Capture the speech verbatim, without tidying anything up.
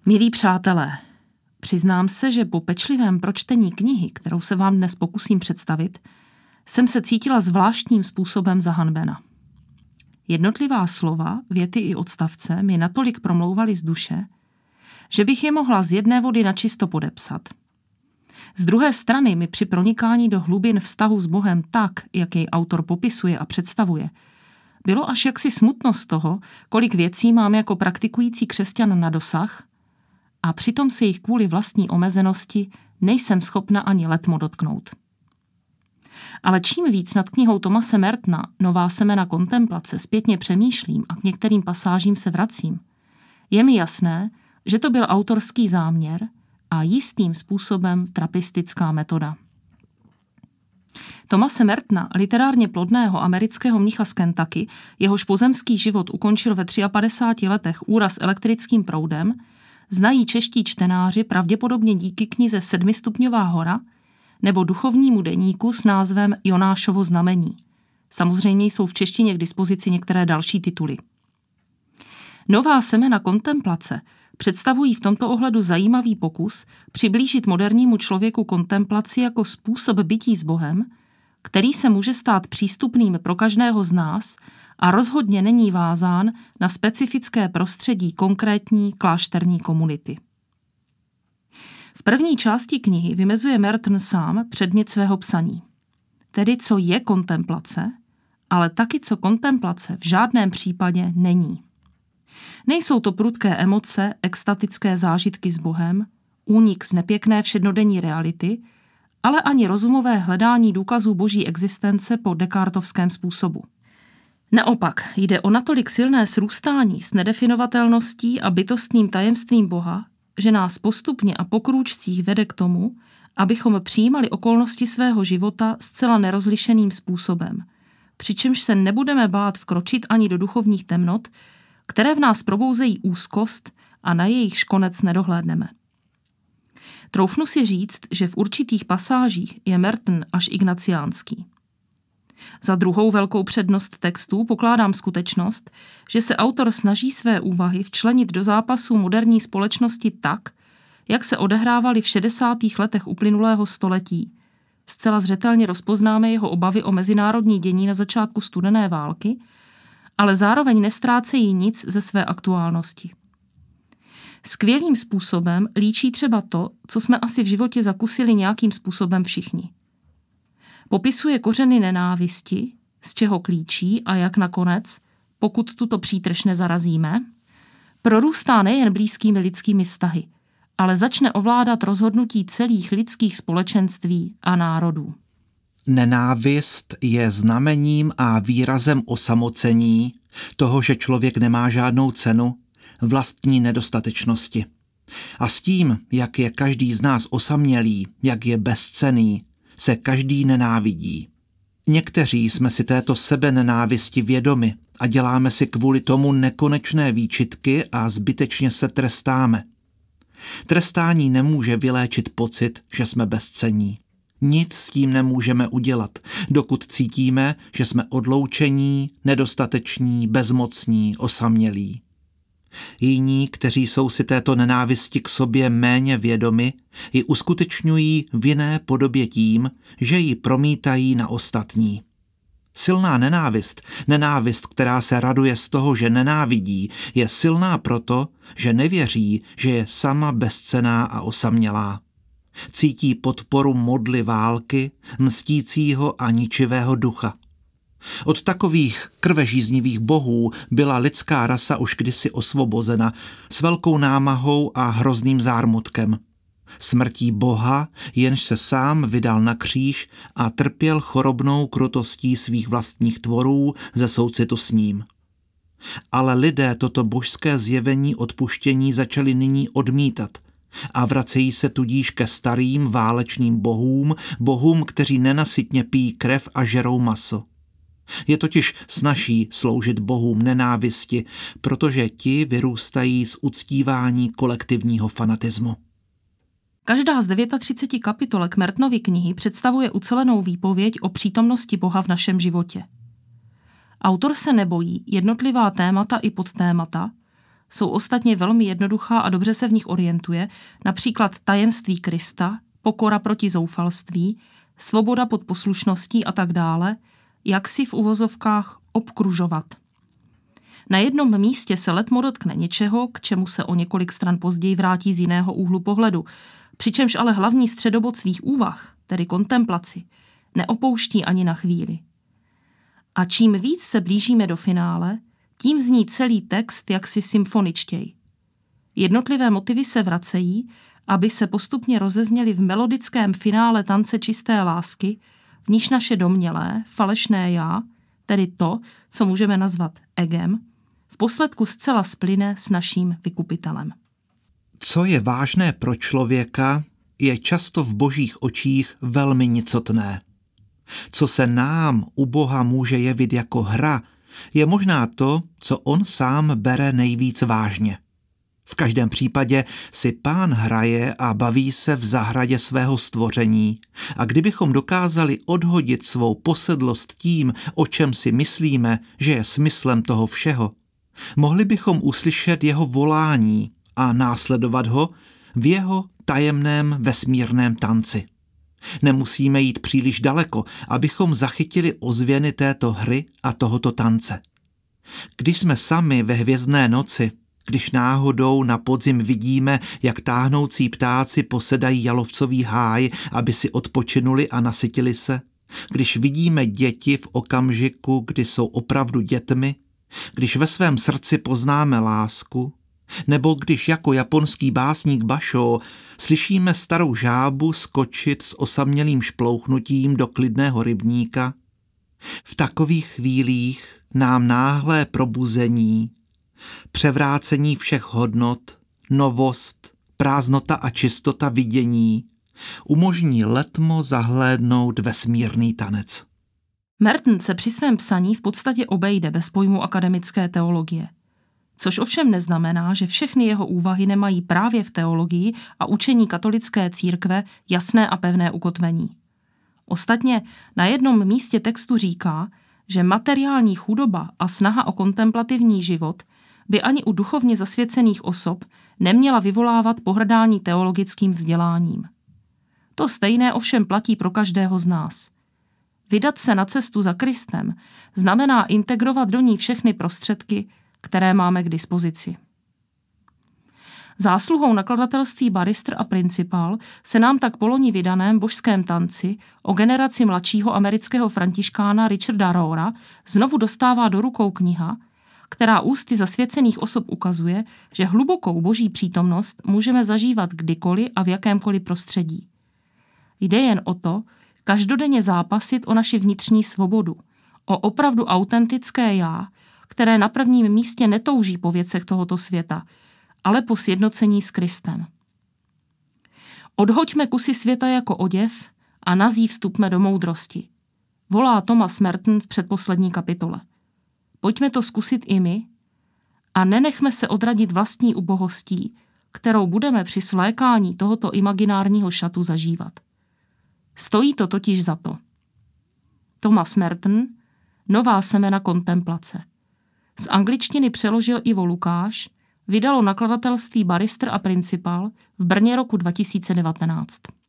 Milí přátelé, přiznám se, že po pečlivém pročtení knihy, kterou se vám dnes pokusím představit, jsem se cítila zvláštním způsobem zahanbena. Jednotlivá slova, věty i odstavce mi natolik promlouvaly z duše, že bych je mohla z jedné vody načisto podepsat. Z druhé strany mi při pronikání do hlubin vztahu s Bohem tak, jak jej autor popisuje a představuje, bylo až jaksi smutno z toho, kolik věcí mám jako praktikující křesťan na dosah a přitom se jich kvůli vlastní omezenosti nejsem schopna ani letmo dotknout. Ale čím víc nad knihou Thomase Mertona Nová semena kontemplace zpětně přemýšlím a k některým pasážím se vracím, je mi jasné, že to byl autorský záměr a jistým způsobem trapistická metoda. Thomase Mertona, literárně plodného amerického mnicha z Kentucky, jehož pozemský život ukončil ve padesátých třech letech úraz elektrickým proudem, znají čeští čtenáři pravděpodobně díky knize Sedmistupňová hora nebo duchovnímu deníku s názvem Jonášovo znamení. Samozřejmě jsou v češtině k dispozici některé další tituly. Nová semena kontemplace představují v tomto ohledu zajímavý pokus přiblížit modernímu člověku kontemplaci jako způsob bytí s Bohem, který se může stát přístupným pro každého z nás a rozhodně není vázán na specifické prostředí konkrétní klášterní komunity. V první části knihy vymezuje Merton sám předmět svého psaní, tedy co je kontemplace, ale taky co kontemplace v žádném případě není. Nejsou to prudké emoce, extatické zážitky s Bohem, únik z nepěkné všednodenní reality, ale ani rozumové hledání důkazů boží existence po descartovském způsobu. Naopak jde o natolik silné srůstání s nedefinovatelností a bytostným tajemstvím Boha, že nás postupně a po krůčcích vede k tomu, abychom přijímali okolnosti svého života zcela nerozlišeným způsobem, přičemž se nebudeme bát vkročit ani do duchovních temnot, které v nás probouzejí úzkost a na jejichž konec nedohlédneme. Troufnu si říct, že v určitých pasážích je Merton až ignaciánský. Za druhou velkou přednost textů pokládám skutečnost, že se autor snaží své úvahy včlenit do zápasu moderní společnosti tak, jak se odehrávaly v šedesátých letech uplynulého století. Zcela zřetelně rozpoznáme jeho obavy o mezinárodní dění na začátku studené války, ale zároveň nestrácejí nic ze své aktuálnosti. Skvělým způsobem líčí třeba to, co jsme asi v životě zakusili nějakým způsobem všichni. Popisuje kořeny nenávisti, z čeho klíčí a jak nakonec, pokud tuto přítrž nezarazíme, prorůstá nejen blízkými lidskými vztahy, ale začne ovládat rozhodnutí celých lidských společenství a národů. Nenávist je znamením a výrazem osamocení, toho, že člověk nemá žádnou cenu, vlastní nedostatečnosti. A s tím, jak je každý z nás osamělý, jak je bezcenný, se každý nenávidí. Někteří jsme si této sebenenávisti vědomi a děláme si kvůli tomu nekonečné výčitky a zbytečně se trestáme. Trestání nemůže vyléčit pocit, že jsme bezcenní. Nic s tím nemůžeme udělat, dokud cítíme, že jsme odloučení, nedostateční, bezmocní, osamělí. Jiní, kteří jsou si této nenávisti k sobě méně vědomi, ji uskutečňují v jiné podobě tím, že ji promítají na ostatní. Silná nenávist, nenávist, která se raduje z toho, že nenávidí, je silná proto, že nevěří, že je sama bezcenná a osamělá. Cítí podporu modly války, mstícího a ničivého ducha. Od takových krvežíznivých bohů byla lidská rasa už kdysi osvobozena s velkou námahou a hrozným zármutkem. Smrtí Boha, jenž se sám vydal na kříž a trpěl chorobnou krutostí svých vlastních tvorů ze soucitu s ním. Ale lidé toto božské zjevení odpuštění začali nyní odmítat a vracejí se tudíž ke starým válečným bohům, bohům, kteří nenasytně pijí krev a žerou maso. Je totiž snazší sloužit bohům nenávisti, protože ti vyrůstají z uctívání kolektivního fanatismu. Každá z třiceti devíti kapitolek Mertonovy knihy představuje ucelenou výpověď o přítomnosti Boha v našem životě. Autor se nebojí jednotlivá témata i podtémata, jsou ostatně velmi jednoduchá a dobře se v nich orientuje, například tajemství Krista, pokora proti zoufalství, svoboda pod poslušností a tak dále, jak si v uvozovkách obkružovat. Na jednom místě se letmo dotkne něčeho, k čemu se o několik stran později vrátí z jiného úhlu pohledu, přičemž ale hlavní středobod svých úvah, tedy kontemplaci, neopouští ani na chvíli. A čím víc se blížíme do finále, tím zní celý text jaksi symfoničtěji. Jednotlivé motivy se vracejí, aby se postupně rozezněly v melodickém finále tance čisté lásky, v níž naše domnělé, falešné já, tedy to, co můžeme nazvat egem, v posledku zcela splyne s naším vykupitelem. Co je vážné pro člověka, je často v božích očích velmi nicotné. Co se nám u Boha může jevit jako hra, je možná to, co on sám bere nejvíc vážně. V každém případě si Pán hraje a baví se v zahradě svého stvoření a kdybychom dokázali odhodit svou posedlost tím, o čem si myslíme, že je smyslem toho všeho, mohli bychom uslyšet jeho volání a následovat ho v jeho tajemném vesmírném tanci. Nemusíme jít příliš daleko, abychom zachytili ozvěny této hry a tohoto tance. Když jsme sami ve hvězdné noci, když náhodou na podzim vidíme, jak táhnoucí ptáci posedají jalovcový háj, aby si odpočinuli a nasytili se, když vidíme děti v okamžiku, kdy jsou opravdu dětmi, když ve svém srdci poznáme lásku, nebo když jako japonský básník Basho slyšíme starou žábu skočit s osamělým šplouchnutím do klidného rybníka, v takových chvílích nám náhlé probuzení, převrácení všech hodnot, novost, prázdnota a čistota vidění umožní letmo zahlédnout vesmírný tanec. Merton se při svém psaní v podstatě obejde bez pojmu akademické teologie. Což ovšem neznamená, že všechny jeho úvahy nemají právě v teologii a učení katolické církve jasné a pevné ukotvení. Ostatně na jednom místě textu říká, že materiální chudoba a snaha o kontemplativní život by ani u duchovně zasvěcených osob neměla vyvolávat pohrdání teologickým vzděláním. To stejné ovšem platí pro každého z nás. Vydat se na cestu za Kristem znamená integrovat do ní všechny prostředky, které máme k dispozici. Zásluhou nakladatelství Barrister a Principal se nám tak po loni vydaném božském tanci o generaci mladšího amerického františkána Richarda Rohra znovu dostává do rukou kniha, která ústy zasvěcených osob ukazuje, že hlubokou boží přítomnost můžeme zažívat kdykoliv a v jakémkoliv prostředí. Jde jen o to, každodenně zápasit o naši vnitřní svobodu, o opravdu autentické já, které na prvním místě netouží po věcech tohoto světa, ale po sjednocení s Kristem. Odhoďme kusy světa jako oděv a nazí vstupme do moudrosti, volá Thomas Merton v předposlední kapitole. Pojďme to zkusit i my a nenechme se odradit vlastní ubohostí, kterou budeme při svlékání tohoto imaginárního šatu zažívat. Stojí to totiž za to. Thomas Merton, Nová semena kontemplace. Z angličtiny přeložil Ivo Lukáš, vydalo nakladatelství Barrister a Principal v Brně roku dva tisíce devatenáct.